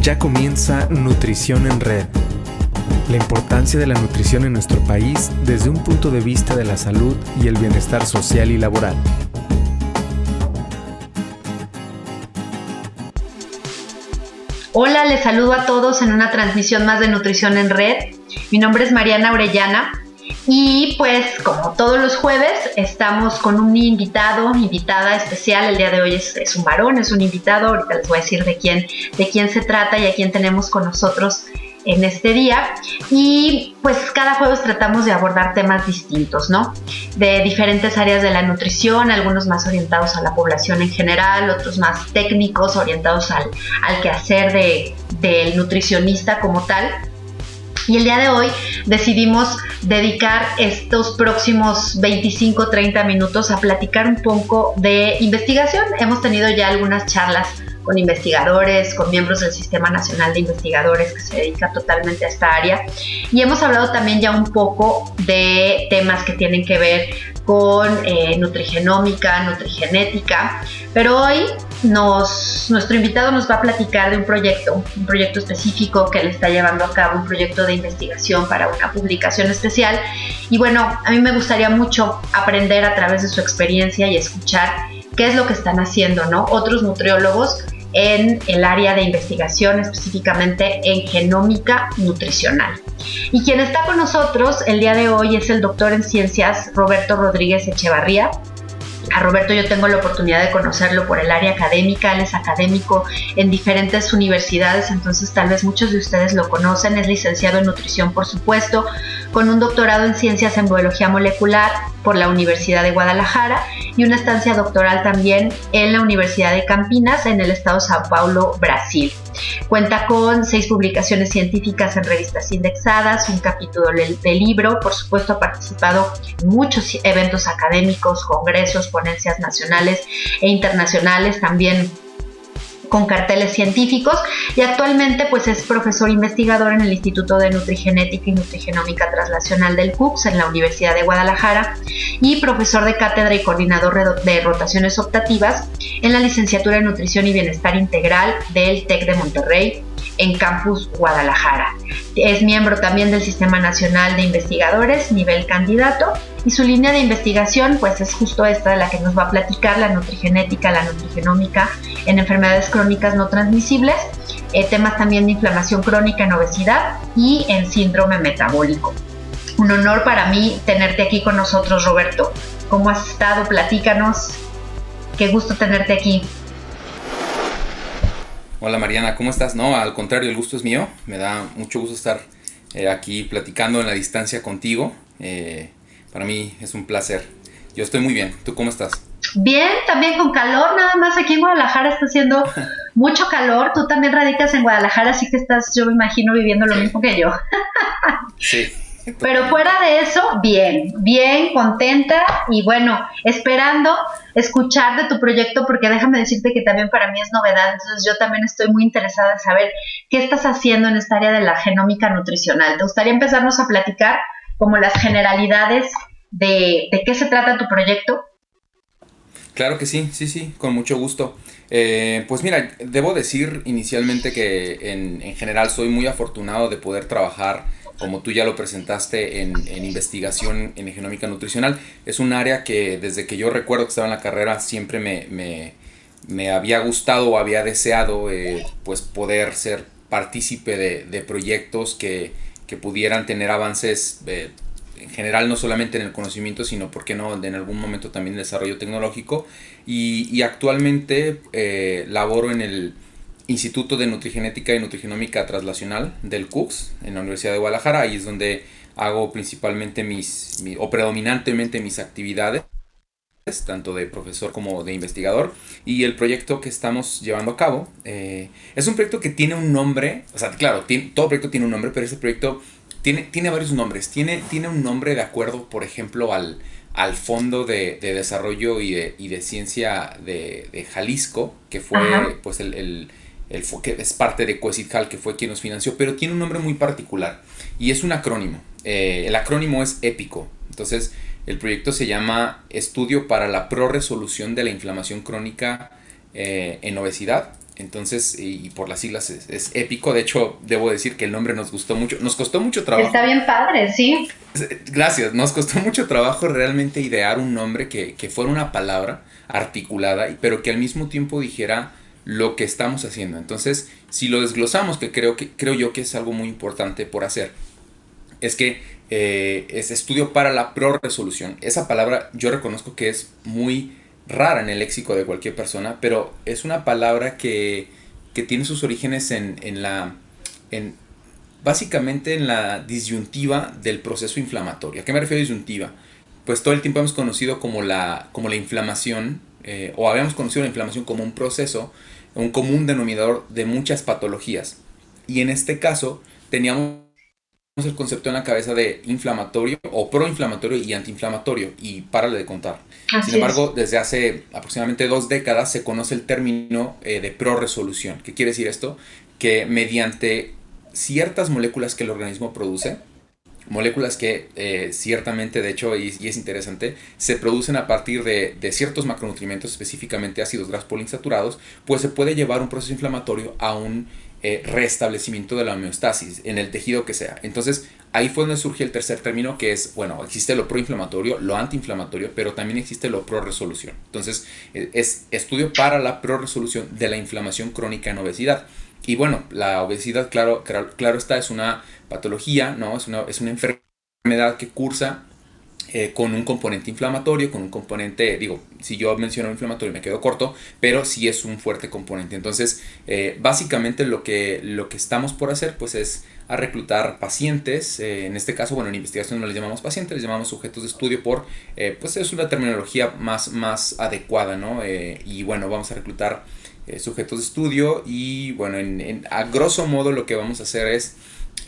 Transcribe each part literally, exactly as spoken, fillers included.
Ya comienza Nutrición en Red. La importancia de la nutrición en nuestro país desde un punto de vista de la salud y el bienestar social y laboral. Hola, les saludo a todos en una transmisión más de Nutrición en Red. Mi nombre es Mariana Orellana y pues como todos los jueves estamos con un invitado, invitada especial. El día de hoy es, es un varón, es un invitado. Ahorita les voy a decir de quién, de quién se trata y a quién tenemos con nosotros en este día. Y pues cada jueves tratamos de abordar temas distintos, ¿no? De diferentes áreas de la nutrición, algunos más orientados a la población en general, otros más técnicos, orientados al, al quehacer de, del nutricionista como tal. Y el día de hoy decidimos dedicar estos próximos veinticinco a treinta minutos a platicar un poco de investigación. Hemos tenido ya algunas charlas con investigadores, con miembros del Sistema Nacional de Investigadores que se dedica totalmente a esta área. Y hemos hablado también ya un poco de temas que tienen que ver con eh, nutrigenómica, nutrigenética. Pero hoy nos, nuestro invitado nos va a platicar de un proyecto, un proyecto específico que él está llevando a cabo, un proyecto de investigación para una publicación especial. Y bueno, a mí me gustaría mucho aprender a través de su experiencia y escuchar qué es lo que están haciendo, ¿no? Otros nutriólogos en el área de investigación, específicamente en genómica nutricional. Y quien está con nosotros el día de hoy es el doctor en ciencias Roberto Rodríguez Echevarría. A Roberto yo tengo la oportunidad de conocerlo por el área académica. Él es académico en diferentes universidades, entonces tal vez muchos de ustedes lo conocen. Es licenciado en nutrición, por supuesto, con un doctorado en ciencias en biología molecular por la Universidad de Guadalajara y una estancia doctoral también en la Universidad de Campinas en el estado de Sao Paulo, Brasil. Cuenta con seis publicaciones científicas en revistas indexadas, un capítulo de libro, por supuesto ha participado en muchos eventos académicos, congresos, ponencias nacionales e internacionales, también con carteles científicos, y actualmente pues es profesor investigador en el Instituto de Nutrigenética y Nutrigenómica Translacional del C U C S en la Universidad de Guadalajara y profesor de cátedra y coordinador de rotaciones optativas en la Licenciatura en Nutrición y Bienestar Integral del TEC de Monterrey en Campus Guadalajara. Es miembro también del Sistema Nacional de Investigadores, nivel candidato, y su línea de investigación pues es justo esta de la que nos va a platicar, la nutrigenética, la nutrigenómica en enfermedades crónicas no transmisibles, eh, temas también de inflamación crónica en obesidad y en síndrome metabólico. Un honor para mí tenerte aquí con nosotros, Roberto. ¿Cómo has estado? Platícanos. Qué gusto tenerte aquí. Hola Mariana, ¿cómo estás? No, al contrario, el gusto es mío. Me da mucho gusto estar eh, aquí platicando en la distancia contigo. Eh, para mí es un placer. Yo estoy muy bien. ¿Tú cómo estás? Bien, también con calor. Nada más aquí en Guadalajara está haciendo mucho calor. Tú también radicas en Guadalajara, así que estás, yo me imagino, viviendo lo mismo que yo. Sí. Pero fuera de eso, bien, bien, contenta y bueno, esperando escuchar de tu proyecto, porque déjame decirte que también para mí es novedad, entonces yo también estoy muy interesada en saber qué estás haciendo en esta área de la genómica nutricional. ¿Te gustaría empezarnos a platicar como las generalidades de, de qué se trata tu proyecto? Claro que sí, sí, sí, con mucho gusto. Eh, pues mira, debo decir inicialmente que en, en general soy muy afortunado de poder trabajar, como tú ya lo presentaste, en, en investigación en genómica nutricional. Es un área que desde que yo recuerdo que estaba en la carrera siempre me, me, me había gustado o había deseado eh, pues poder ser partícipe de, de proyectos que, que pudieran tener avances eh, en general, no solamente en el conocimiento, sino, ¿por qué no?, en algún momento también el desarrollo tecnológico. Y, y actualmente eh, laboro en el Instituto de Nutrigenética y Nutrigenómica Translacional del C U C S en la Universidad de Guadalajara. Ahí es donde hago principalmente mis, mi, o predominantemente mis actividades, tanto de profesor como de investigador. Y el proyecto que estamos llevando a cabo eh, es un proyecto que tiene un nombre, o sea, claro, tiene, todo proyecto tiene un nombre, pero este proyecto tiene, tiene varios nombres. Tiene, tiene un nombre de acuerdo, por ejemplo, al, al Fondo de, de Desarrollo y de, y de Ciencia de, de Jalisco, que fue Ajá. pues el... el El, que es parte de COECITJAL, que fue quien nos financió, pero tiene un nombre muy particular y es un acrónimo. Eh, el acrónimo es EPICO. Entonces, el proyecto se llama Estudio para la Proresolución de la Inflamación Crónica eh, en Obesidad Entonces, y, y por las siglas es, es épico. De hecho, debo decir que el nombre nos gustó mucho. Nos costó mucho trabajo. Está bien padre, sí. Gracias. Nos costó mucho trabajo realmente idear un nombre que, que fuera una palabra articulada, pero que al mismo tiempo dijera lo que estamos haciendo. Entonces, si lo desglosamos, que creo, que, creo yo que es algo muy importante por hacer, es que eh, es estudio para la pro-resolución. Esa palabra yo reconozco que es muy rara en el léxico de cualquier persona, pero es una palabra que, que tiene sus orígenes en, en la... En, básicamente en la disyuntiva del proceso inflamatorio. ¿A qué me refiero a disyuntiva? Pues todo el tiempo hemos conocido como la, como la inflamación, eh, o habíamos conocido la inflamación como un proceso, un común denominador de muchas patologías. Y en este caso teníamos el concepto en la cabeza de inflamatorio o proinflamatorio y antiinflamatorio, y párale de contar. Así Sin embargo, es. desde hace aproximadamente dos décadas se conoce el término eh, de pro-resolución. ¿Qué quiere decir esto? Que mediante ciertas moléculas que el organismo produce, moléculas que eh, ciertamente, de hecho, y, y es interesante, se producen a partir de, de ciertos macronutrientes, específicamente ácidos grasos poliinsaturados, pues se puede llevar un proceso inflamatorio a un eh, restablecimiento de la homeostasis en el tejido que sea. Entonces, ahí fue donde surge el tercer término, que es, bueno, existe lo proinflamatorio, lo antiinflamatorio, pero también existe lo pro-resolución. Entonces, eh, es estudio para la pro-resolución de la inflamación crónica en obesidad. Y bueno, la obesidad, claro, claro, claro está, es una patología, ¿no? Es una, es una enfermedad que cursa eh, con un componente inflamatorio, con un componente, digo, si yo menciono inflamatorio me quedo corto, pero sí es un fuerte componente. Entonces, eh, básicamente lo que, lo que estamos por hacer, pues es a reclutar pacientes, eh, en este caso, bueno, en investigación no les llamamos pacientes, les llamamos sujetos de estudio por, eh, pues es una terminología más, más adecuada, ¿no? Eh, y bueno, vamos a reclutar Eh, sujetos de estudio y bueno, en, en, a grosso modo lo que vamos a hacer es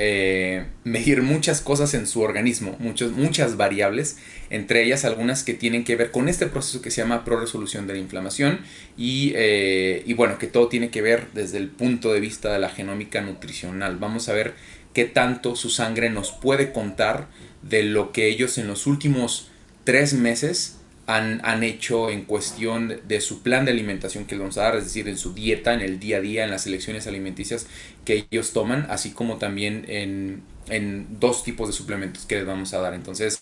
eh, medir muchas cosas en su organismo, muchos, muchas variables, entre ellas algunas que tienen que ver con este proceso que se llama pro-resolución de la inflamación y, eh, y bueno, que todo tiene que ver desde el punto de vista de la genómica nutricional. Vamos a ver qué tanto su sangre nos puede contar de lo que ellos en los últimos tres meses Han, han hecho en cuestión de su plan de alimentación que les vamos a dar, es decir, en su dieta, en el día a día, en las elecciones alimenticias que ellos toman, así como también en, en dos tipos de suplementos que les vamos a dar. Entonces,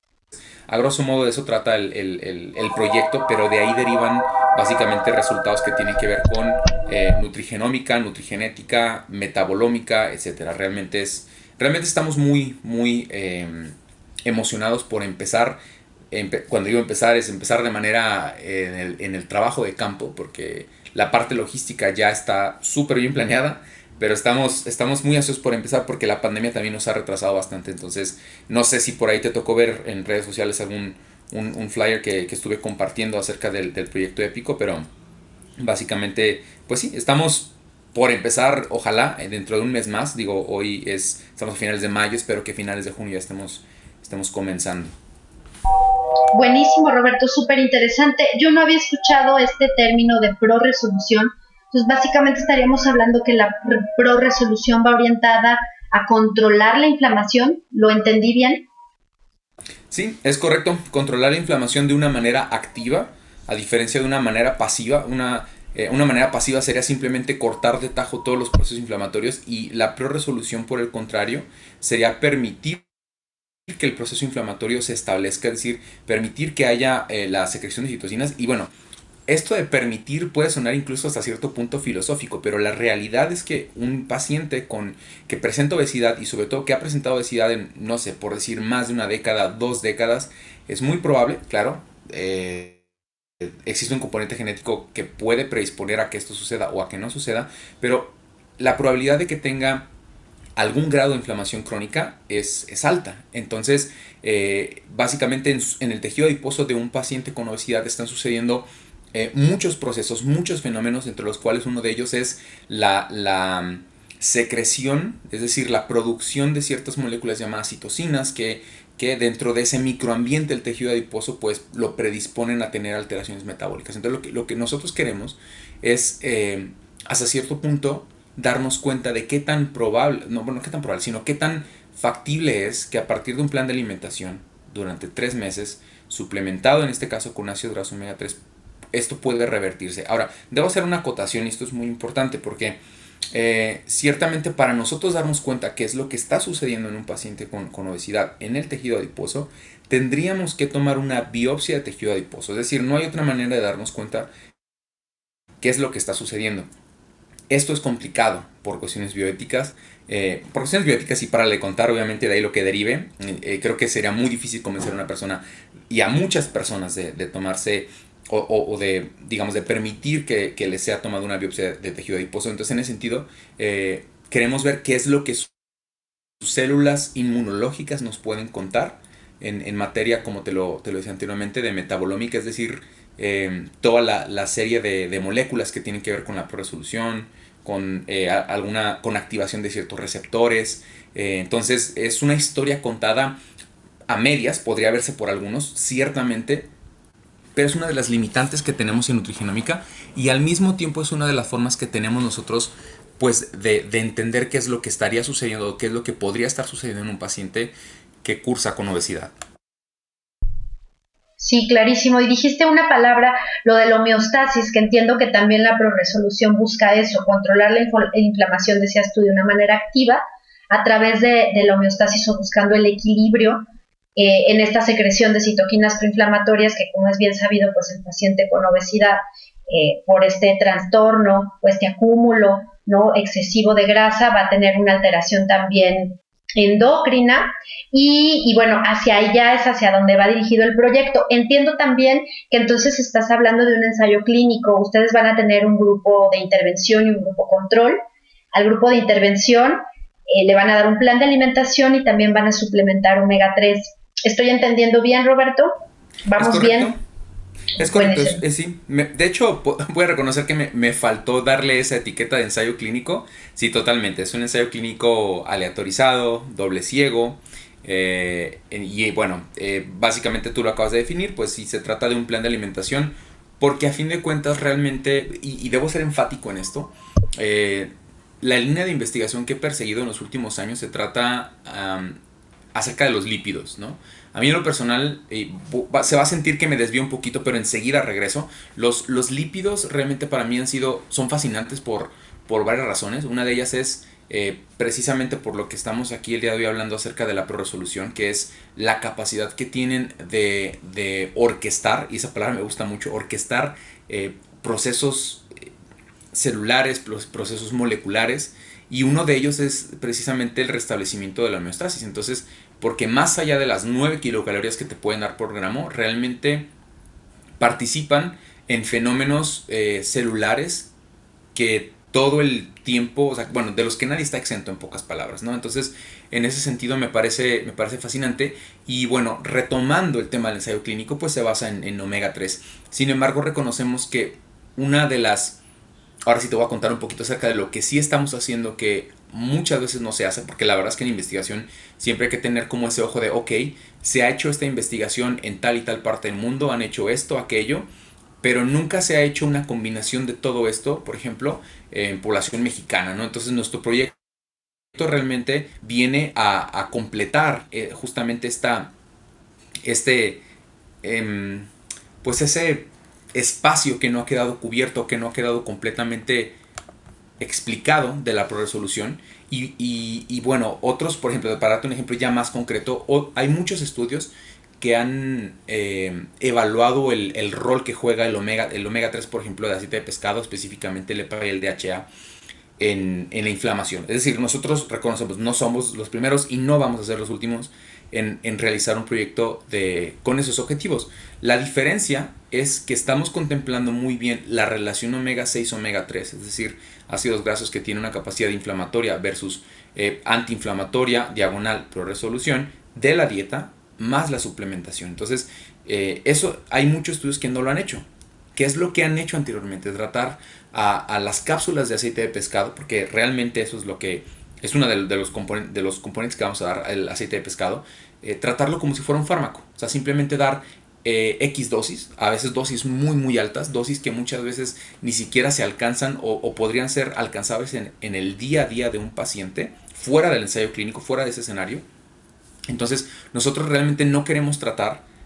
a grosso modo de eso trata el, el, el, el proyecto, pero de ahí derivan básicamente resultados que tienen que ver con eh, nutrigenómica, nutrigenética, metabolómica, etcétera. Realmente, es, realmente estamos muy, muy eh, emocionados por empezar. Cuando digo empezar, es empezar de manera eh, en, el, en el trabajo de campo, porque la parte logística ya está súper bien planeada, pero estamos, estamos muy ansiosos por empezar porque la pandemia también nos ha retrasado bastante. Entonces, no sé si por ahí te tocó ver en redes sociales algún un, un flyer que, que estuve compartiendo acerca del, del proyecto Épico, pero básicamente, pues sí, estamos por empezar, ojalá, dentro de un mes más. Digo, hoy es, estamos a finales de mayo, espero que a finales de junio ya estemos, estemos comenzando. Buenísimo, Roberto, súper interesante. Yo no había escuchado este término de pro-resolución. Entonces, básicamente estaríamos hablando que la pro-resolución va orientada a controlar la inflamación. ¿Lo entendí bien? Sí, es correcto. Controlar la inflamación de una manera activa, a diferencia de una manera pasiva. Una, eh, una manera pasiva sería simplemente cortar de tajo todos los procesos inflamatorios, y la pro-resolución, por el contrario, sería permitir que el proceso inflamatorio se establezca, es decir, permitir que haya eh, la secreción de citocinas. Y bueno, esto de permitir puede sonar incluso hasta cierto punto filosófico, pero la realidad es que un paciente con, que presenta obesidad, y sobre todo que ha presentado obesidad en, no sé, por decir más de una década, dos décadas, es muy probable, claro, eh, existe un componente genético que puede predisponer a que esto suceda o a que no suceda, pero la probabilidad de que tenga algún grado de inflamación crónica es, es alta. Entonces, eh, básicamente en, en el tejido adiposo de un paciente con obesidad están sucediendo eh, muchos procesos, muchos fenómenos, entre los cuales uno de ellos es la, la secreción, es decir, la producción de ciertas moléculas llamadas citocinas que, que dentro de ese microambiente del tejido adiposo pues lo predisponen a tener alteraciones metabólicas. Entonces, lo que, lo que nosotros queremos es, eh, hasta cierto punto, darnos cuenta de qué tan probable, no, bueno, qué tan probable, sino qué tan factible es que a partir de un plan de alimentación durante tres meses, suplementado en este caso con ácido graso omega tres esto puede revertirse. Ahora, debo hacer una acotación y esto es muy importante porque eh, ciertamente para nosotros darnos cuenta qué es lo que está sucediendo en un paciente con, con obesidad en el tejido adiposo, tendríamos que tomar una biopsia de tejido adiposo. Es decir, no hay otra manera de darnos cuenta qué es lo que está sucediendo. Esto es complicado por cuestiones bioéticas, eh, por cuestiones bioéticas y para le contar obviamente de ahí lo que derive, eh, creo que sería muy difícil convencer a una persona y a muchas personas de, de tomarse o, o, o de, digamos, de permitir que, que les sea tomada una biopsia de, de tejido adiposo. Entonces en ese sentido eh, queremos ver qué es lo que sus células inmunológicas nos pueden contar en, en materia, como te lo, te lo decía anteriormente, de metabolómica, es decir, Eh, toda la, la serie de, de moléculas que tienen que ver con la resolución, con eh, alguna con activación de ciertos receptores. Eh, entonces es una historia contada a medias, podría verse por algunos, ciertamente, pero es una de las limitantes que tenemos en nutrigenómica y al mismo tiempo es una de las formas que tenemos nosotros pues de, de entender qué es lo que estaría sucediendo, qué es lo que podría estar sucediendo en un paciente que cursa con obesidad. Sí, clarísimo. Y dijiste una palabra, lo de la homeostasis, que entiendo que también la prorresolución busca eso, controlar la inflamación, decías tú, de una manera activa, a través de, de la homeostasis o buscando el equilibrio eh, en esta secreción de citoquinas proinflamatorias, que como es bien sabido, pues el paciente con obesidad, eh, por este trastorno o este acúmulo no excesivo de grasa, va a tener una alteración también endocrina y, y bueno, hacia allá es hacia donde va dirigido el proyecto. Entiendo también que entonces estás hablando de un ensayo clínico. Ustedes van a tener un grupo de intervención y un grupo control. Al grupo de intervención eh, le van a dar un plan de alimentación y también van a suplementar omega tres. ¿Estoy entendiendo bien, Roberto? ¿Vamos bien? Es correcto, es, es, sí. Me, de hecho, voy a reconocer que me, me faltó darle esa etiqueta de ensayo clínico. Sí, totalmente. Es un ensayo clínico aleatorizado, doble ciego. Eh, y bueno, eh, básicamente tú lo acabas de definir. Pues sí, se trata de un plan de alimentación. Porque a fin de cuentas realmente, y, y debo ser enfático en esto, eh, la línea de investigación que he perseguido en los últimos años se trata um, acerca de los lípidos, ¿no? A mí en lo personal eh, se va a sentir que me desvío un poquito, pero enseguida regreso. Los, los lípidos realmente para mí han sido, son fascinantes por, por varias razones. Una de ellas es eh, precisamente por lo que estamos aquí el día de hoy hablando acerca de la prorresolución, que es la capacidad que tienen de, de orquestar, y esa palabra me gusta mucho, orquestar eh, procesos celulares, procesos moleculares, y uno de ellos es precisamente el restablecimiento de la homeostasis. Entonces, porque más allá de las nueve kilocalorías que te pueden dar por gramo, realmente participan en fenómenos eh, celulares que todo el tiempo, o sea, bueno, de los que nadie está exento en pocas palabras, ¿no? Entonces, en ese sentido me parece, me parece fascinante y bueno, retomando el tema del ensayo clínico, pues se basa en, en omega tres. Sin embargo, reconocemos que una de las... Ahora sí te voy a contar un poquito acerca de lo que sí estamos haciendo que muchas veces no se hace, porque la verdad es que en investigación siempre hay que tener como ese ojo de, ok, se ha hecho esta investigación en tal y tal parte del mundo, han hecho esto, aquello, pero nunca se ha hecho una combinación de todo esto, por ejemplo, en población mexicana, ¿no? Entonces nuestro proyecto realmente viene a, a completar eh, justamente esta, este, eh, pues ese espacio que no ha quedado cubierto, que no ha quedado completamente explicado de la prorresolución. Y, y, y bueno, otros, por ejemplo, para darte un ejemplo ya más concreto, o, hay muchos estudios que han eh, evaluado el, el rol que juega el omega, el omega tres, por ejemplo, de aceite de pescado, específicamente el E P A y el D H A, en, en la inflamación. Es decir, nosotros reconocemos, no somos los primeros y no vamos a ser los últimos en, en realizar un proyecto de, con esos objetivos. La diferencia es que estamos contemplando muy bien la relación omega seis omega tres, es decir, ácidos grasos que tienen una capacidad inflamatoria versus eh, antiinflamatoria, diagonal, prorresolución de la dieta más la suplementación. Entonces, eh, eso hay muchos estudios que no lo han hecho. ¿Qué es lo que han hecho anteriormente? Tratar a, a las cápsulas de aceite de pescado, porque realmente eso es lo que es uno de, de, los, componen, de los componentes que vamos a dar al aceite de pescado, eh, tratarlo como si fuera un fármaco. O sea, simplemente dar eh, X dosis, a veces dosis muy muy altas, dosis que muchas veces ni siquiera se alcanzan o, o podrían ser alcanzables en, en el día a día de un paciente, fuera del ensayo clínico, fuera de ese escenario. Entonces, nosotros realmente no queremos tratar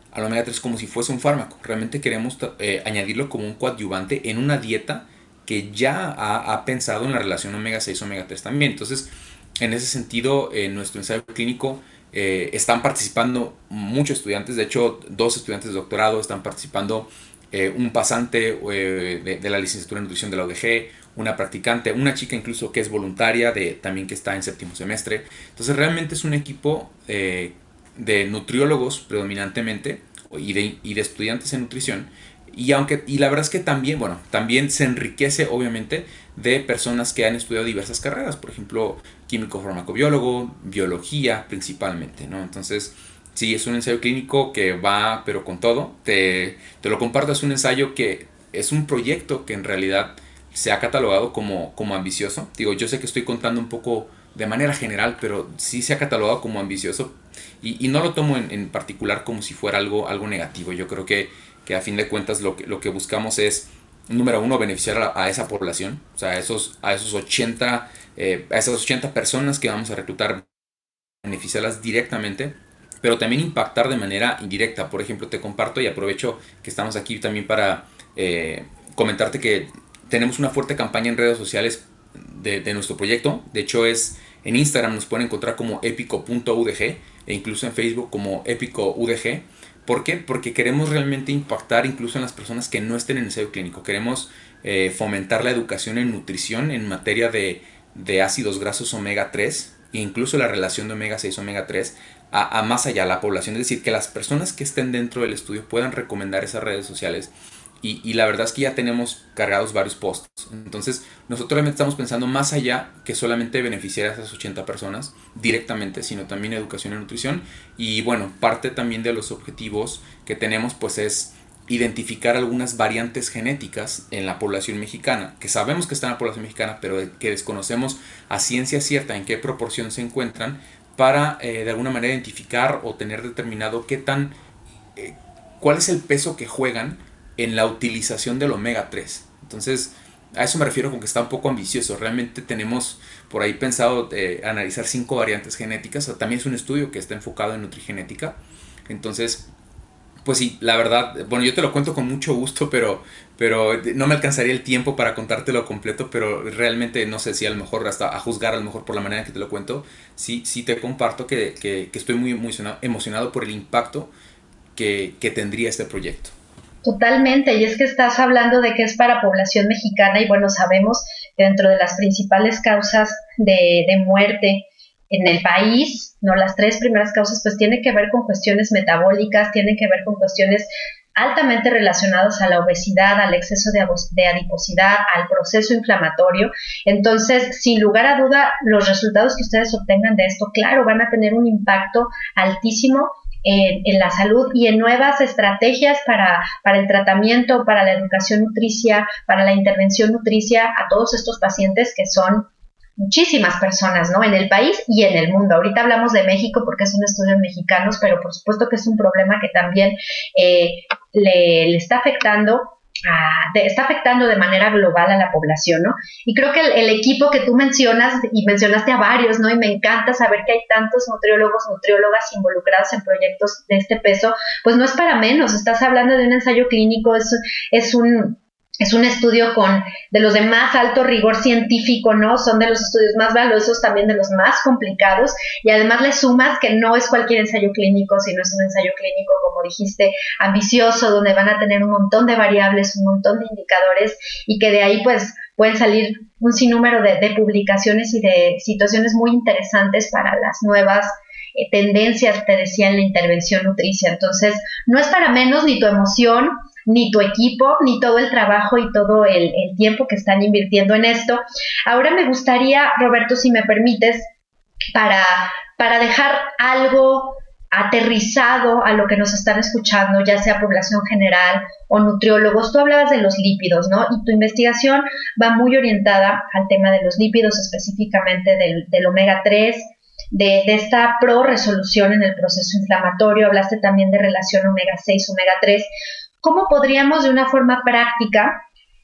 al omega tres como si fuese un fármaco. Realmente queremos eh, añadirlo como un coadyuvante en una dieta que ya ha, ha pensado en la relación omega seis omega tres también. Entonces, en ese sentido, en nuestro ensayo clínico eh, están participando muchos estudiantes. De hecho, dos estudiantes de doctorado están participando, eh, un pasante eh, de, de la licenciatura en nutrición de la U D G, una practicante, una chica incluso que es voluntaria, de, también que está en séptimo semestre. Entonces, realmente es un equipo eh, de nutriólogos predominantemente y de, y de estudiantes en nutrición. Y, aunque, y la verdad es que también, bueno, también se enriquece obviamente de personas que han estudiado diversas carreras, por ejemplo, químico farmacobiólogo, biología principalmente, ¿no? Entonces, sí, es un ensayo clínico que va, pero con todo. Te, te lo comparto, es un ensayo que es un proyecto que en realidad se ha catalogado como, como ambicioso. Digo, yo sé que estoy contando un poco de manera general, pero sí se ha catalogado como ambicioso y, y no lo tomo en, en particular como si fuera algo, algo negativo. Yo creo que, que a fin de cuentas lo que, lo que buscamos es, número uno, beneficiar a, a esa población, o sea, a esos, a esos ochenta, eh, a esas ochenta personas que vamos a reclutar, beneficiarlas directamente, pero también impactar de manera indirecta. Por ejemplo, te comparto y aprovecho que estamos aquí también para eh, comentarte que tenemos una fuerte campaña en redes sociales de, de nuestro proyecto. De hecho, es en Instagram nos pueden encontrar como epico punto u d g e incluso en Facebook como epico u d g. ¿Por qué? Porque queremos realmente impactar incluso en las personas que no estén en ensayo clínico. Queremos eh, fomentar la educación en nutrición en materia de, de ácidos grasos omega tres e incluso la relación de omega seis omega tres a, a más allá, a la población. Es decir, que las personas que estén dentro del estudio puedan recomendar esas redes sociales. Y, y la verdad es que ya tenemos cargados varios posts. Entonces, nosotros realmente estamos pensando más allá que solamente beneficiar a esas ochenta personas directamente, sino también educación en nutrición. Y bueno, parte también de los objetivos que tenemos pues es identificar algunas variantes genéticas en la población mexicana, que sabemos que están en la población mexicana, pero que desconocemos a ciencia cierta en qué proporción se encuentran, para eh, de alguna manera identificar o tener determinado qué tan, eh, cuál es el peso que juegan en la utilización del omega tres. Entonces, a eso me refiero con que está un poco ambicioso. Realmente tenemos por ahí pensado eh, analizar cinco variantes genéticas. También es un estudio que está enfocado en nutrigenética. Entonces, pues sí, la verdad, bueno, yo te lo cuento con mucho gusto, pero, pero no me alcanzaría el tiempo para contártelo completo, pero realmente no sé si a lo mejor hasta a juzgar a lo mejor por la manera en que te lo cuento, sí, sí te comparto que, que, que estoy muy emocionado, emocionado por el impacto que, que tendría este proyecto. Totalmente, y es que estás hablando de que es para población mexicana y bueno, sabemos que dentro de las principales causas de, de muerte en el país, no las tres primeras causas, pues tiene que ver con cuestiones metabólicas, tienen que ver con cuestiones altamente relacionadas a la obesidad, al exceso de, de adiposidad, al proceso inflamatorio. Entonces, sin lugar a duda, los resultados que ustedes obtengan de esto, claro, van a tener un impacto altísimo En, en la salud y en nuevas estrategias para, para el tratamiento, para la educación nutricia, para la intervención nutricia a todos estos pacientes que son muchísimas personas, ¿no? En el país y en el mundo. Ahorita hablamos de México porque es un estudio en mexicanos, pero por supuesto que es un problema que también eh, le, le está afectando Ah, de, está afectando de manera global a la población, ¿no? Y creo que el, el equipo que tú mencionas, y mencionaste a varios, ¿no? Y me encanta saber que hay tantos nutriólogos, nutriólogas involucrados en proyectos de este peso, pues no es para menos. Estás hablando de un ensayo clínico, es, es un... Es un estudio con de los de más alto rigor científico, ¿no? Son de los estudios más valiosos, también de los más complicados, y además le sumas que no es cualquier ensayo clínico, sino es un ensayo clínico, como dijiste, ambicioso, donde van a tener un montón de variables, un montón de indicadores, y que de ahí pues pueden salir un sinnúmero de, de publicaciones y de situaciones muy interesantes para las nuevas eh, tendencias, te decía, en la intervención nutricia. Entonces, no es para menos ni tu emoción, ni tu equipo, ni todo el trabajo y todo el, el tiempo que están invirtiendo en esto. Ahora me gustaría, Roberto, si me permites, para, para dejar algo aterrizado a lo que nos están escuchando, ya sea población general o nutriólogos. Tú hablabas de los lípidos, ¿no? Y tu investigación va muy orientada al tema de los lípidos, específicamente del, del omega tres, de, de esta pro-resolución en el proceso inflamatorio. Hablaste también de relación omega seis omega tres. ¿Cómo podríamos de una forma práctica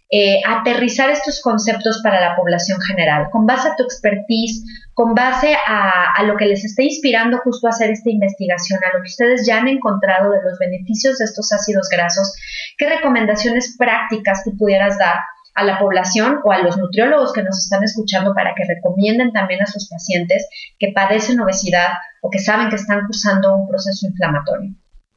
eh, aterrizar estos conceptos para la población general, con base a tu expertise, con base a, a lo que les esté inspirando justo a hacer esta investigación, a lo que ustedes ya han encontrado de los beneficios de estos ácidos grasos, ¿qué recomendaciones prácticas tú pudieras dar a la población o a los nutriólogos que nos están escuchando para que recomienden también a sus pacientes que padecen obesidad o que saben que están cursando un proceso inflamatorio?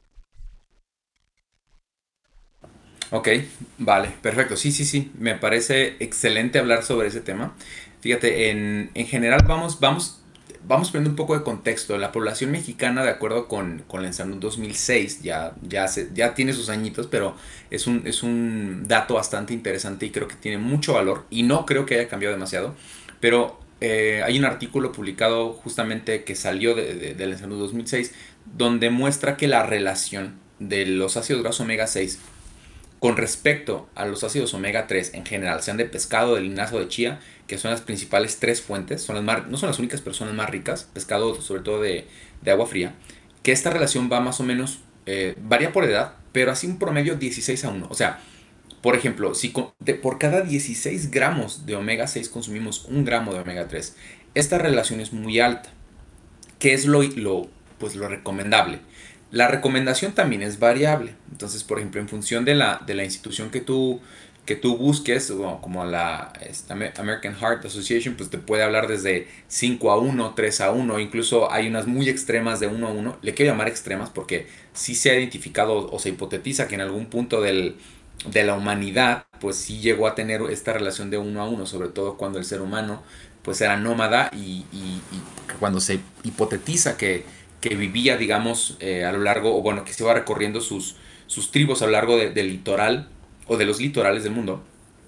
Ok, vale, perfecto. Sí, sí, sí, me parece excelente hablar sobre ese tema. Fíjate, en, en general vamos, vamos, vamos poniendo un poco de contexto. La población mexicana, de acuerdo con, con la ENSALUD dos mil seis, ya, ya, se, ya tiene sus añitos, pero es un, es un dato bastante interesante y creo que tiene mucho valor y no creo que haya cambiado demasiado, pero eh, hay un artículo publicado justamente que salió de, de, de la ENSALUD dos mil seis donde muestra que la relación de los ácidos grasos omega seis con respecto a los ácidos omega tres en general, sean de pescado, de linaza o de chía, que son las principales tres fuentes, son las más, no son las únicas, pero son las más ricas, pescado sobre todo de, de agua fría, que esta relación va más o menos, eh, varía por edad, pero así un promedio dieciséis a uno. O sea, por ejemplo, si con, de, por cada dieciséis gramos de omega seis consumimos un gramo de omega tres, esta relación es muy alta. ¿Qué es lo, lo, pues lo recomendable? La recomendación también es variable. Entonces, por ejemplo, en función de la, de la institución que tú, que tú busques, bueno, como la esta American Heart Association, pues te puede hablar desde cinco a uno, tres a uno, incluso hay unas muy extremas de uno a uno. Le quiero llamar extremas porque sí se ha identificado o se hipotetiza que en algún punto del, de la humanidad, pues sí llegó a tener esta relación de uno a uno, sobre todo cuando el ser humano pues era nómada y, y, y cuando se hipotetiza que que vivía, digamos, eh, a lo largo, o bueno, que se iba recorriendo sus, sus tribus a lo largo de, del litoral, o de los litorales del mundo.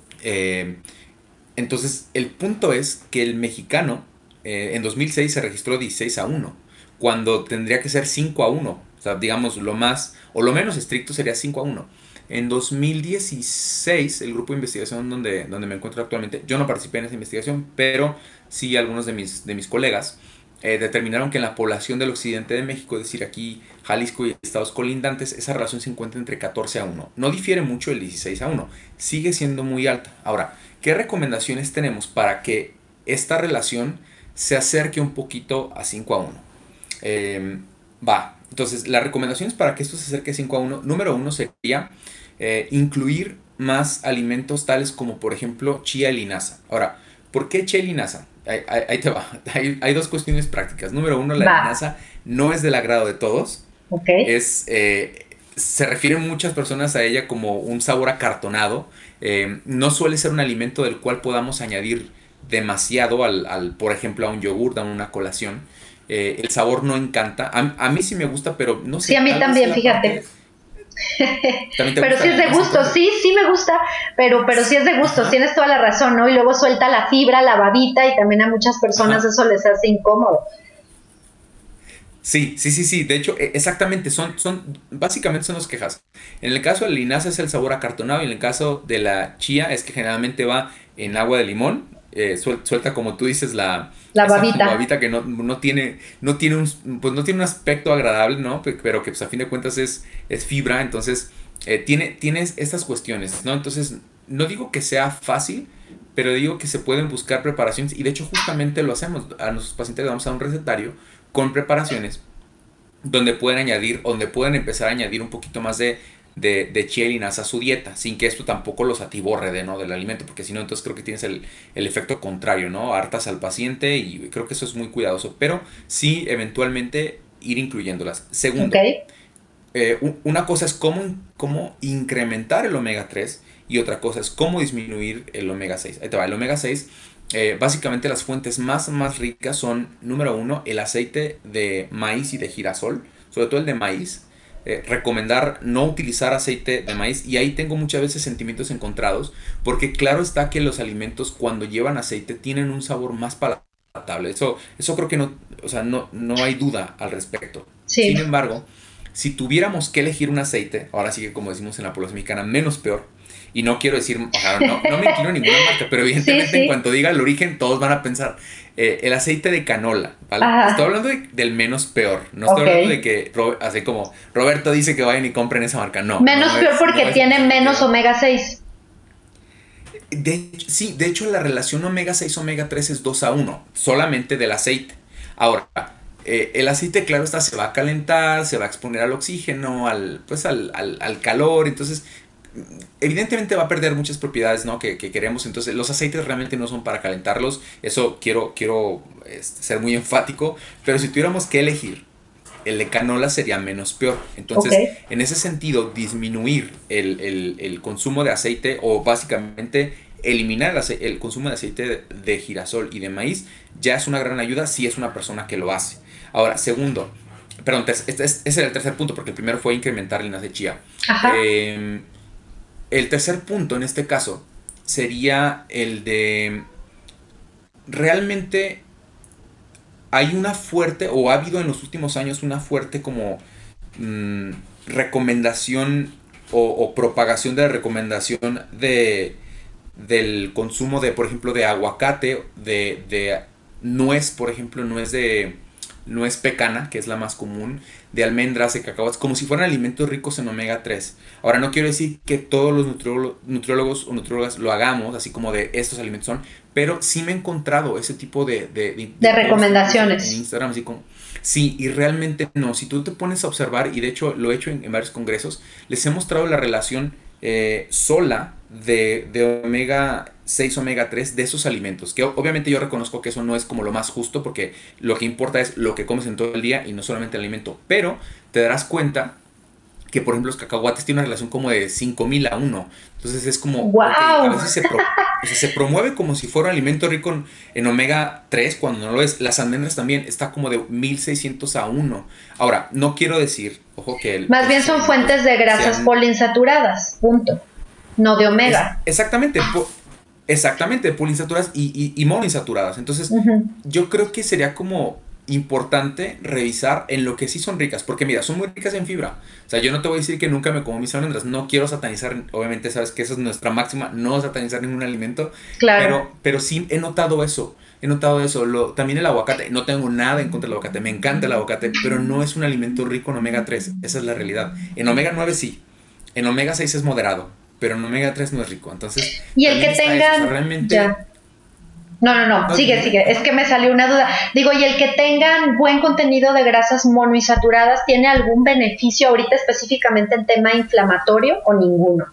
Eh, entonces, el punto es que el mexicano, eh, en dos mil seis se registró dieciséis a uno, cuando tendría que ser cinco a uno. O sea, digamos, lo más, o lo menos estricto sería cinco a uno. En dos mil dieciséis, el grupo de investigación donde, donde me encuentro actualmente, yo no participé en esa investigación, pero sí algunos de mis, de mis colegas, Eh, determinaron que en la población del occidente de México, es decir, aquí Jalisco y estados colindantes, esa relación se encuentra entre catorce a uno. No difiere mucho el dieciséis a uno, sigue siendo muy alta. Ahora, ¿qué recomendaciones tenemos para que esta relación se acerque un poquito a cinco a uno? Eh, va, entonces las recomendaciones para que esto se acerque a cinco a uno, número uno sería eh, incluir más alimentos tales como, por ejemplo, chía y linaza. Ahora, ¿por qué chía y linaza? Ahí, ahí, ahí te va. Hay, hay dos cuestiones prácticas. Número uno, la va. linaza no es del agrado de todos. Okay. Es, eh, se refieren muchas personas a ella como un sabor acartonado. Eh, no suele ser un alimento del cual podamos añadir demasiado al, al por ejemplo, a un yogur, a una colación. Eh, el sabor no encanta. A, a mí sí me gusta, pero no sé. Sí, a mí también, fíjate. Parte... Pero si es de gusto, sí, sí me gusta, pero, pero sí es de gusto, Ajá. Tienes toda la razón, ¿no? Y luego suelta la fibra, la babita, y también a muchas personas Ajá. eso les hace incómodo. Sí, sí, sí, sí, de hecho, exactamente, son, son, básicamente son dos quejas. En el caso de la linaza es el sabor acartonado, y en el caso de la chía es que generalmente va en agua de limón, eh, suelta, suelta como tú dices la... La babita. La babita que no, no tiene, no tiene un, pues no tiene un aspecto agradable, ¿no? Pero que pues a fin de cuentas es, es fibra, entonces eh, tiene, tienes estas cuestiones, ¿no? Entonces, no digo que sea fácil, pero digo que se pueden buscar preparaciones, y de hecho justamente lo hacemos. A nuestros pacientes les vamos a dar un recetario con preparaciones donde pueden añadir, donde pueden empezar a añadir un poquito más de, de, de chía y linaza a su dieta, sin que esto tampoco los atiborre de, ¿no? del alimento, porque si no, entonces creo que tienes el, el efecto contrario, ¿no? Hartas al paciente, y creo que eso es muy cuidadoso, pero sí eventualmente ir incluyéndolas. Segundo, okay. eh, una cosa es cómo, cómo incrementar el omega tres, y otra cosa es cómo disminuir el omega seis. Ahí te va, el omega seis, eh, básicamente las fuentes más, más ricas son, número uno, el aceite de maíz y de girasol, sobre todo el de maíz. Eh, recomendar no utilizar aceite de maíz, y ahí tengo muchas veces sentimientos encontrados, porque claro está que los alimentos cuando llevan aceite tienen un sabor más palatable, eso, eso creo que no, o sea, no, no hay duda al respecto. Sí. Sin embargo, si tuviéramos que elegir un aceite, ahora sí que como decimos en la población mexicana, menos peor, y no quiero decir, o sea, no, no me inclino a ninguna marca, pero evidentemente sí, sí. en cuanto diga el origen, todos van a pensar, eh, el aceite de canola, ¿vale? Ajá. Estoy hablando de, del menos peor, no estoy okay. hablando de que, así como Roberto dice que vayan y compren esa marca, no. Menos no peor es, porque no tiene menos omega seis. De, sí, de hecho la relación omega seis omega tres es dos a uno, solamente del aceite. Ahora, eh, el aceite, claro está, se va a calentar, se va a exponer al oxígeno, al, pues al, al, al calor, entonces evidentemente va a perder muchas propiedades, ¿no? que, que queremos. Entonces los aceites realmente no son para calentarlos, eso quiero, quiero este, ser muy enfático, pero si tuviéramos que elegir, el de canola sería menos peor. Entonces, okay, en ese sentido, disminuir el, el, el consumo de aceite, o básicamente eliminar el, ace- el consumo de aceite de, de girasol y de maíz, ya es una gran ayuda si es una persona que lo hace. Ahora, segundo, perdón, ter- este, es, ese era el tercer punto, porque el primero fue incrementar el linaje de chía. Eh, el tercer punto, en este caso, sería el de realmente... hay una fuerte, o ha habido en los últimos años una fuerte como mmm, recomendación o, o propagación de la recomendación de, del consumo de, por ejemplo, de aguacate, de, de nuez, por ejemplo, nuez de nuez pecana, que es la más común, de almendras, de cacahuates, como si fueran alimentos ricos en omega tres. Ahora, no quiero decir que todos los nutriólogos, nutriólogos o nutriólogas lo hagamos, así como de estos alimentos son, pero sí me he encontrado ese tipo de... De, de, de recomendaciones. En Instagram, así como... Sí, y realmente no. Si tú te pones a observar, y de hecho lo he hecho en, en varios congresos, les he mostrado la relación eh, sola de, de omega seis, omega tres de esos alimentos. Que obviamente yo reconozco que eso no es como lo más justo, porque lo que importa es lo que comes en todo el día y no solamente el alimento. Pero te darás cuenta que, por ejemplo, los cacahuates tienen una relación como de cinco mil a uno. Entonces es como... ¡Wow! Okay, a veces se, pro, o sea, se promueve como si fuera un alimento rico en, en omega tres cuando no lo es. Las almendras también está como de mil seiscientos a uno. Ahora, no quiero decir, ojo que... El, Más bien son fuentes de grasas sean, poliinsaturadas, punto. No de omega. Es, exactamente, po, exactamente, poliinsaturadas y, y, y monoinsaturadas. Entonces, uh-huh. yo creo que sería como... importante revisar en lo que sí son ricas, porque mira, son muy ricas en fibra. O sea, yo no te voy a decir que nunca me como mis almendras, no quiero satanizar, obviamente sabes que esa es nuestra máxima, no satanizar ningún alimento, claro. pero, pero sí he notado eso, he notado eso. Lo, también el aguacate, no tengo nada en contra del aguacate, me encanta el aguacate, pero no es un alimento rico en omega tres, esa es la realidad. En omega nueve sí, en omega seis es moderado, pero en omega tres no es rico. Entonces, y el que tengan, o sea, realmente... Ya. No, no, no, sigue, sigue, es que me salió una duda. Digo, ¿y el que tengan buen contenido de grasas monoinsaturadas tiene algún beneficio ahorita específicamente en tema inflamatorio o ninguno?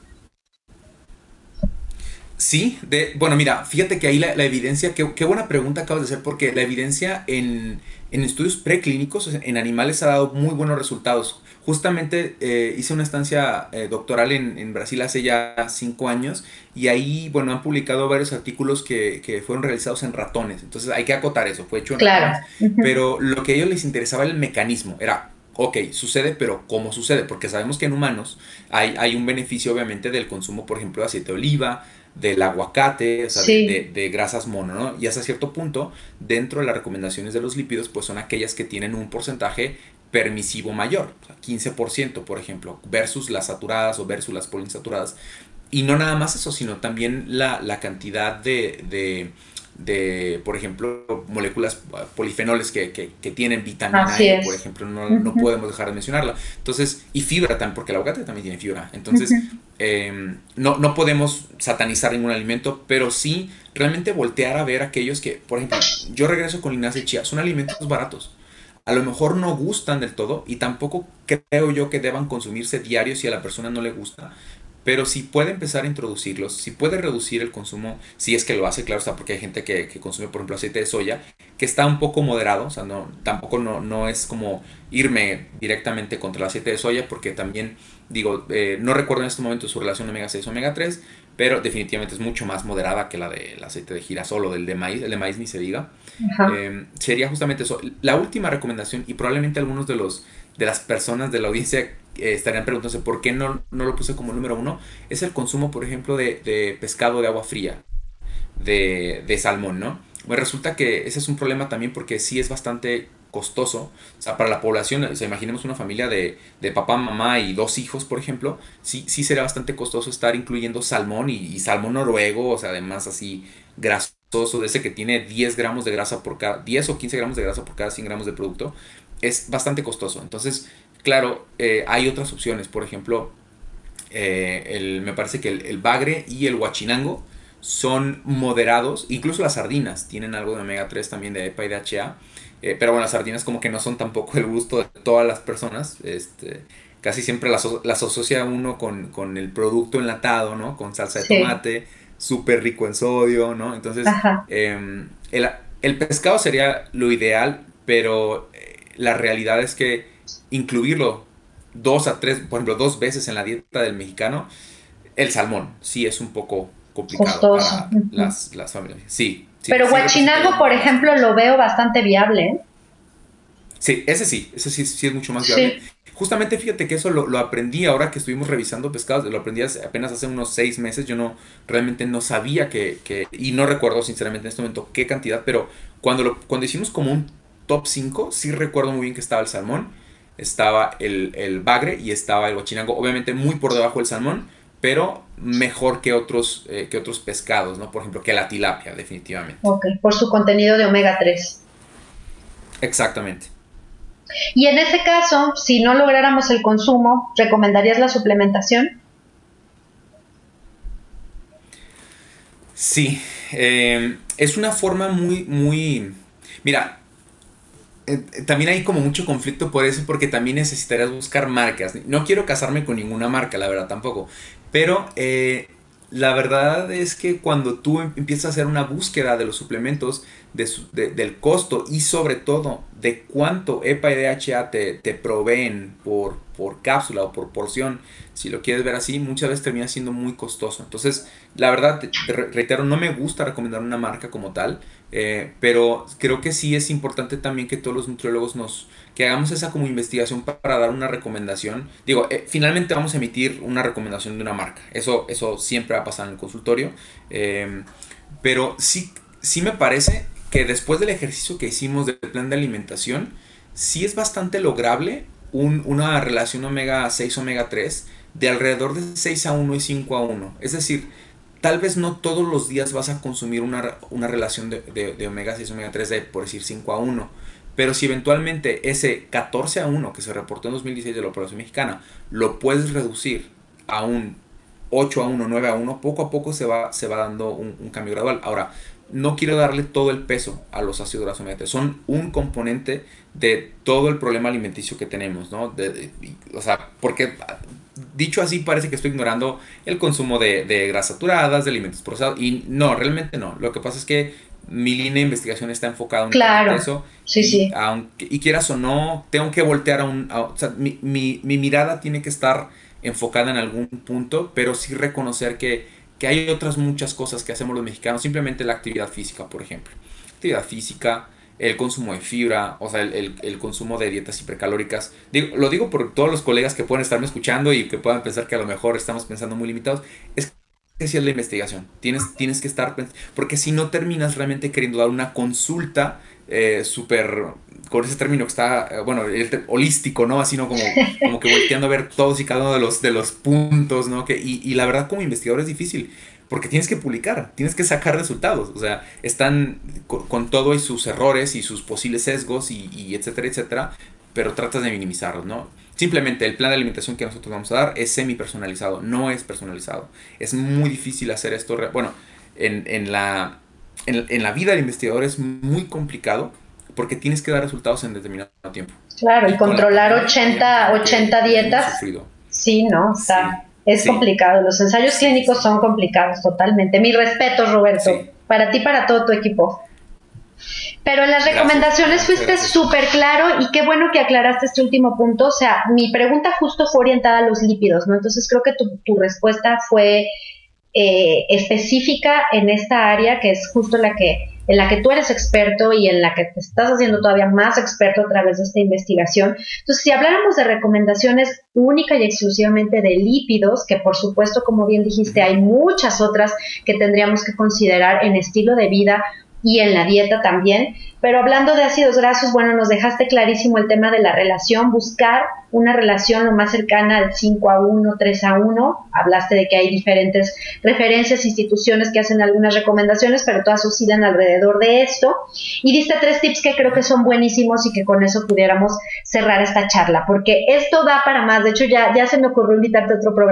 Sí, de, bueno, mira, fíjate que ahí la, la evidencia, qué, qué buena pregunta acabas de hacer, porque la evidencia en, en estudios preclínicos, en animales, ha dado muy buenos resultados. Justamente eh, hice una estancia eh, doctoral en, en Brasil hace ya cinco años y ahí, bueno, han publicado varios artículos que, que fueron realizados en ratones. Entonces hay que acotar eso, fue hecho en claro. ratones. Uh-huh. Pero lo que a ellos les interesaba era el mecanismo, era... ok, sucede, pero ¿cómo sucede? Porque sabemos que en humanos hay, hay un beneficio obviamente del consumo, por ejemplo, de aceite de oliva, del aguacate, o sea, sí. de, de, de grasas mono, ¿no? Y hasta cierto punto, dentro de las recomendaciones de los lípidos, pues son aquellas que tienen un porcentaje permisivo mayor, o sea, quince por ciento, por ejemplo, versus las saturadas o versus las poliinsaturadas. Y no nada más eso, sino también la, la cantidad de... de de, por ejemplo, moléculas polifenoles que, que, que tienen vitamina Así E, es. por ejemplo, no, uh-huh. no podemos dejar de mencionarla. Entonces, y fibra también, porque el aguacate también tiene fibra. Entonces, uh-huh. eh, no, no podemos satanizar ningún alimento, pero sí realmente voltear a ver aquellos que, por ejemplo, yo regreso con linaza de chía, son alimentos baratos. A lo mejor no gustan del todo y tampoco creo yo que deban consumirse diarios si a la persona no le gusta. Pero si puede empezar a introducirlos, si puede reducir el consumo, si es que lo hace, claro está, porque hay gente que, que consume, por ejemplo, aceite de soya, que está un poco moderado, o sea, no, tampoco no, no es como irme directamente contra el aceite de soya, porque también, digo, eh, no recuerdo en este momento su relación omega seis, omega tres, pero definitivamente es mucho más moderada que la del aceite de girasol o del de maíz, el de maíz ni se diga. Eh, sería justamente eso. La última recomendación, y probablemente algunos de los de las personas de la audiencia eh, estarían preguntándose por qué no, no lo puse como número uno, es el consumo, por ejemplo, de, de pescado de agua fría, de, de salmón, ¿no? Bueno, resulta que ese es un problema también porque sí es bastante costoso, o sea, para la población, o sea, imaginemos una familia de, de papá, mamá y dos hijos, por ejemplo, sí, sí será bastante costoso estar incluyendo salmón y, y salmón noruego, o sea, además así grasoso, de ese que tiene diez gramos de grasa por cada, diez o quince gramos de grasa por cada cien gramos de producto, es bastante costoso. Entonces, claro, eh, hay otras opciones, por ejemplo, eh, el, me parece que el, el bagre y el huachinango son moderados, incluso las sardinas tienen algo de omega tres también de EPA y de D H A, eh, pero bueno, las sardinas como que no son tampoco el gusto de todas las personas, este, casi siempre las, las asocia uno con, con el producto enlatado, ¿no? Con salsa de sí. tomate, súper rico en sodio, ¿no? Entonces, eh, el, el pescado sería lo ideal, pero eh, la realidad es que incluirlo dos a tres, por ejemplo, dos veces en la dieta del mexicano, el salmón sí es un poco complicado costoso para uh-huh. las, las familias. Sí. sí Pero sí, huachinango, por ejemplo, lo veo bastante viable, ¿eh? Sí, ese sí, ese sí, sí es mucho más viable. Sí. Justamente fíjate que eso lo, lo aprendí ahora que estuvimos revisando pescados, lo aprendí hace, apenas hace unos seis meses, yo no, realmente no sabía que, que, y no recuerdo sinceramente en este momento qué cantidad, pero cuando, lo, cuando hicimos como un top cinco, sí recuerdo muy bien que estaba el salmón, estaba el, el bagre y estaba el huachinango, obviamente muy por debajo del salmón, pero mejor que otros, eh, que otros pescados, ¿no? Por ejemplo, que la tilapia, definitivamente. Ok, por su contenido de omega tres. Exactamente. Y en ese caso, si no lográramos el consumo, ¿recomendarías la suplementación? Sí, eh, es una forma muy, muy... Mira, eh, también hay como mucho conflicto por eso, porque también necesitarías buscar marcas. No quiero casarme con ninguna marca, la verdad, tampoco. Pero eh, la verdad es que cuando tú empiezas a hacer una búsqueda de los suplementos, de su, de, del costo y sobre todo de cuánto EPA y D H A te, te proveen por, por cápsula o por porción, si lo quieres ver así, muchas veces termina siendo muy costoso. Entonces, la verdad, te, te reitero, no me gusta recomendar una marca como tal, eh, pero creo que sí es importante también que todos los nutriólogos nos... que hagamos esa como investigación para dar una recomendación. Digo, eh, finalmente vamos a emitir una recomendación de una marca. Eso, eso siempre va a pasar en el consultorio. Eh, pero sí, sí me parece que después del ejercicio que hicimos del plan de alimentación, sí es bastante lograble un, una relación omega seis, omega tres de alrededor de seis a uno y cinco a uno. Es decir, tal vez no todos los días vas a consumir una, una relación de, de, de omega seis, omega tres de, por decir, cinco a uno. Pero si eventualmente ese catorce a uno que se reportó en dos mil dieciséis de la población mexicana lo puedes reducir a un ocho a uno, nueve a uno, poco a poco se va, se va dando un, un cambio gradual. Ahora, no quiero darle todo el peso a los ácidos grasos omega tres. Son un componente de todo el problema alimenticio que tenemos, ¿no? De, de, o sea, porque dicho así parece que estoy ignorando el consumo de, de grasas saturadas, de alimentos procesados. Y no, realmente no. Lo que pasa es que mi línea de investigación está enfocada en claro, eso. Sí, y, sí. Aunque, y quieras o no, tengo que voltear a un... A, o sea, mi, mi, mi mirada tiene que estar enfocada en algún punto, pero sí reconocer que que hay otras muchas cosas que hacemos los mexicanos, simplemente la actividad física, por ejemplo. Actividad física, el consumo de fibra, o sea, el, el, el consumo de dietas hipercalóricas. Digo, lo digo por todos los colegas que pueden estarme escuchando y que puedan pensar que a lo mejor estamos pensando muy limitados. Es que sí es la investigación. Tienes, tienes que estar... Porque si no terminas realmente queriendo dar una consulta eh, súper... con ese término que está, eh, bueno, el, holístico, ¿no? Así, ¿no? Como, como que volteando a ver todos y cada uno de los, de los puntos, ¿no? Que, y, y la verdad, como investigador es difícil, porque tienes que publicar, tienes que sacar resultados, o sea, están con, con todo y sus errores y sus posibles sesgos y, y etcétera, etcétera, pero tratas de minimizarlos, ¿no? Simplemente el plan de alimentación que nosotros vamos a dar es semi personalizado, no es personalizado. Es muy difícil hacer esto, bueno, en, en, la, en, en la vida del investigador es muy complicado, porque tienes que dar resultados en determinado tiempo. Claro, y, y controlar ochenta, ochenta dietas. Sí, no, está, sí, es sí. complicado. Los ensayos sí, clínicos sí. son complicados totalmente. Mi respeto, Roberto, sí. para ti, para todo tu equipo. Pero en las recomendaciones gracias, fuiste súper claro y qué bueno que aclaraste este último punto. O sea, mi pregunta justo fue orientada a los lípidos, ¿no? Entonces creo que tu, tu respuesta fue eh, específica en esta área, que es justo la que en la que tú eres experto y en la que te estás haciendo todavía más experto a través de esta investigación. Entonces, si habláramos de recomendaciones única y exclusivamente de lípidos, que por supuesto, como bien dijiste, hay muchas otras que tendríamos que considerar en estilo de vida y en la dieta también, pero hablando de ácidos grasos, bueno, nos dejaste clarísimo el tema de la relación, buscar una relación lo más cercana al cinco a uno, tres a uno, hablaste de que hay diferentes referencias, instituciones que hacen algunas recomendaciones, pero todas oscilan alrededor de esto, y diste tres tips que creo que son buenísimos y que con eso pudiéramos cerrar esta charla, porque esto da para más. De hecho ya, ya se me ocurrió invitarte a otro programa,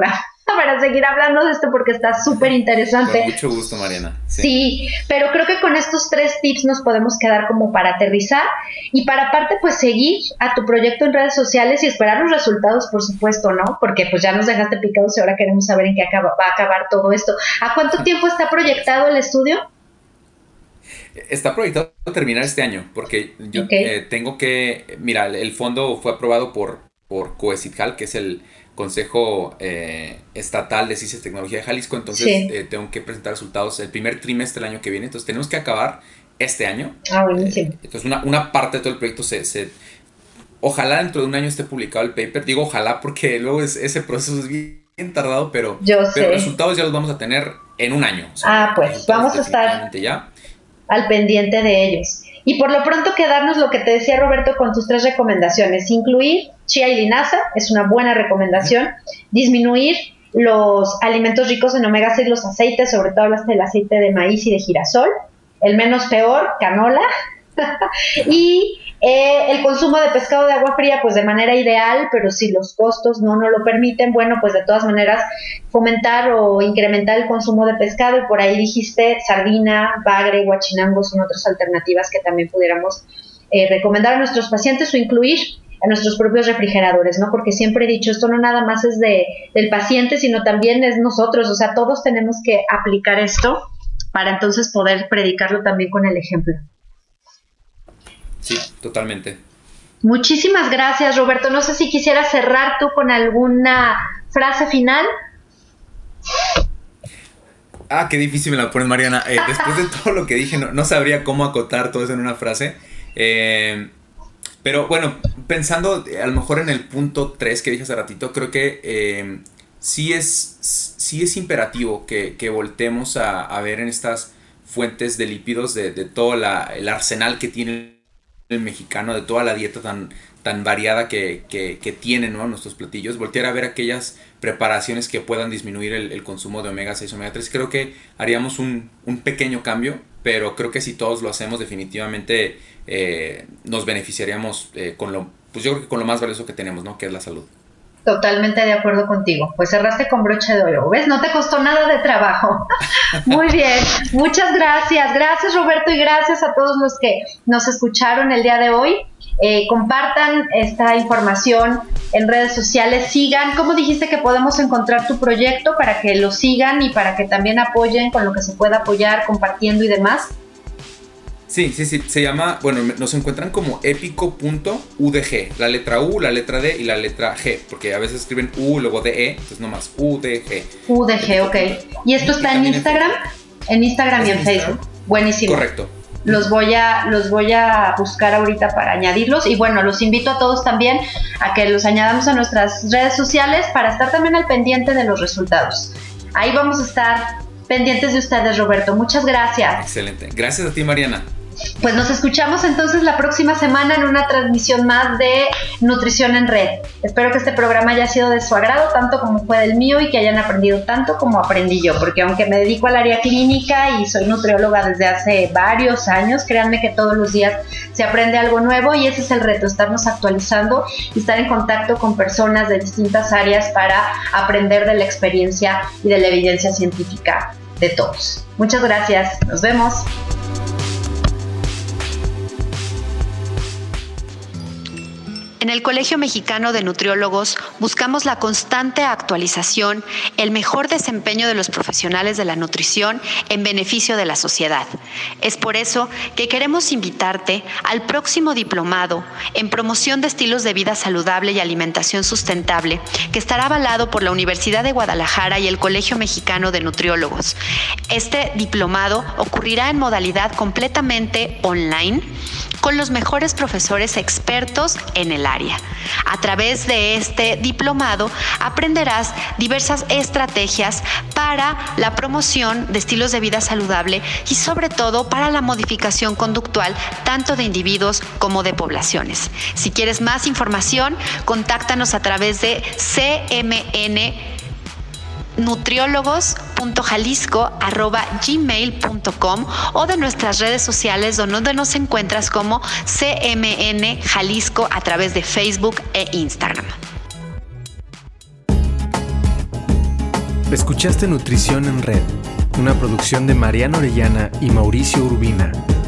para seguir hablando de esto porque está súper interesante. Con mucho gusto, Mariana. Sí. sí, pero creo que con estos tres tips nos podemos quedar como para aterrizar y para aparte pues seguir a tu proyecto en redes sociales y esperar los resultados, por supuesto, ¿no? Porque pues ya nos dejaste picados y ahora queremos saber en qué acaba, va a acabar todo esto. ¿A cuánto tiempo está proyectado el estudio? Está proyectado terminar este año, porque yo okay. eh, tengo que, mira, el fondo fue aprobado por, por COECITJAL, que es el Consejo eh, Estatal de Ciencia y Tecnología de Jalisco, entonces sí. eh, tengo que presentar resultados el primer trimestre del año que viene, entonces tenemos que acabar este año. Ah, buenísimo. Eh, entonces una, una parte de todo el proyecto se, se... Ojalá dentro de un año esté publicado el paper, digo ojalá porque luego es, ese proceso es bien tardado, pero, yo pero sé. resultados ya los vamos a tener en un año. O sea, ah, pues vamos a estar ya. al pendiente de ellos. Y por lo pronto quedarnos lo que te decía Roberto con tus tres recomendaciones. Incluir chía y linaza es una buena recomendación. Disminuir los alimentos ricos en omega seis, los aceites, sobre todo hablaste del aceite de maíz y de girasol. El menos peor, canola. y eh, el consumo de pescado de agua fría, pues de manera ideal, pero si los costos no nos lo permiten, bueno, pues de todas maneras fomentar o incrementar el consumo de pescado. Y por ahí dijiste sardina, bagre, guachinango son otras alternativas que también pudiéramos eh, recomendar a nuestros pacientes o incluir a nuestros propios refrigeradores, ¿no? Porque siempre he dicho, esto no nada más es de, del paciente, sino también es nosotros, o sea, todos tenemos que aplicar esto para entonces poder predicarlo también con el ejemplo. Sí, totalmente. Muchísimas gracias, Roberto. No sé si quisieras cerrar tú con alguna frase final. Ah, qué difícil me la pones, Mariana. Eh, después de todo lo que dije, no, no sabría cómo acotar todo eso en una frase. Eh, pero bueno, pensando a lo mejor en el punto tres que dije hace ratito, creo que eh, sí, es, sí es imperativo que, que voltemos a, a ver en estas fuentes de lípidos de, de todo la, el arsenal que tiene el mexicano, de toda la dieta tan, tan variada que, que, que tienen, ¿no?, nuestros platillos, voltear a ver aquellas preparaciones que puedan disminuir el, el consumo de omega seis, omega tres. Creo que haríamos un, un pequeño cambio, pero creo que si todos lo hacemos definitivamente eh, nos beneficiaríamos eh, con lo, pues yo creo que con lo más valioso que tenemos, ¿no?, que es la salud. Totalmente de acuerdo contigo. Pues cerraste con broche de oro, ¿ves? No te costó nada de trabajo. Muy bien, muchas gracias. Gracias, Roberto, y gracias a todos los que nos escucharon el día de hoy. Eh, compartan esta información en redes sociales, sigan. ¿Cómo dijiste que podemos encontrar tu proyecto para que lo sigan y para que también apoyen con lo que se pueda apoyar, compartiendo y demás? Sí, sí, sí, se llama, bueno, nos encuentran como épico punto u d g, la letra U, la letra D y la letra G, porque a veces escriben U, luego D E, entonces nomás U D G. U D G, ok. ¿Y esto está en Instagram? En Instagram y en Facebook. Buenísimo. Correcto. Los voy a, los voy a buscar ahorita para añadirlos y bueno, los invito a todos también a que los añadamos a nuestras redes sociales para estar también al pendiente de los resultados. Ahí vamos a estar pendientes de ustedes, Roberto. Muchas gracias. Excelente. Gracias a ti, Mariana. Pues nos escuchamos entonces la próxima semana en una transmisión más de Nutrición en Red. Espero que este programa haya sido de su agrado, tanto como fue del mío, y que hayan aprendido tanto como aprendí yo, porque aunque me dedico al área clínica y soy nutrióloga desde hace varios años, créanme que todos los días se aprende algo nuevo y ese es el reto, estarnos actualizando y estar en contacto con personas de distintas áreas para aprender de la experiencia y de la evidencia científica de todos. Muchas gracias, nos vemos. En el Colegio Mexicano de Nutriólogos buscamos la constante actualización, el mejor desempeño de los profesionales de la nutrición en beneficio de la sociedad. Es por eso que queremos invitarte al próximo diplomado en promoción de estilos de vida saludable y alimentación sustentable, que estará avalado por la Universidad de Guadalajara y el Colegio Mexicano de Nutriólogos. Este diplomado ocurrirá en modalidad completamente online, con los mejores profesores expertos en el área. A través de este diplomado aprenderás diversas estrategias para la promoción de estilos de vida saludable y sobre todo para la modificación conductual tanto de individuos como de poblaciones. Si quieres más información, contáctanos a través de c m n nutriólogos punto jalisco arroba gmail punto com o de nuestras redes sociales donde nos encuentras como C M N Jalisco a través de Facebook e Instagram. Escuchaste Nutrición en Red, una producción de Mariana Orellana y Mauricio Urbina.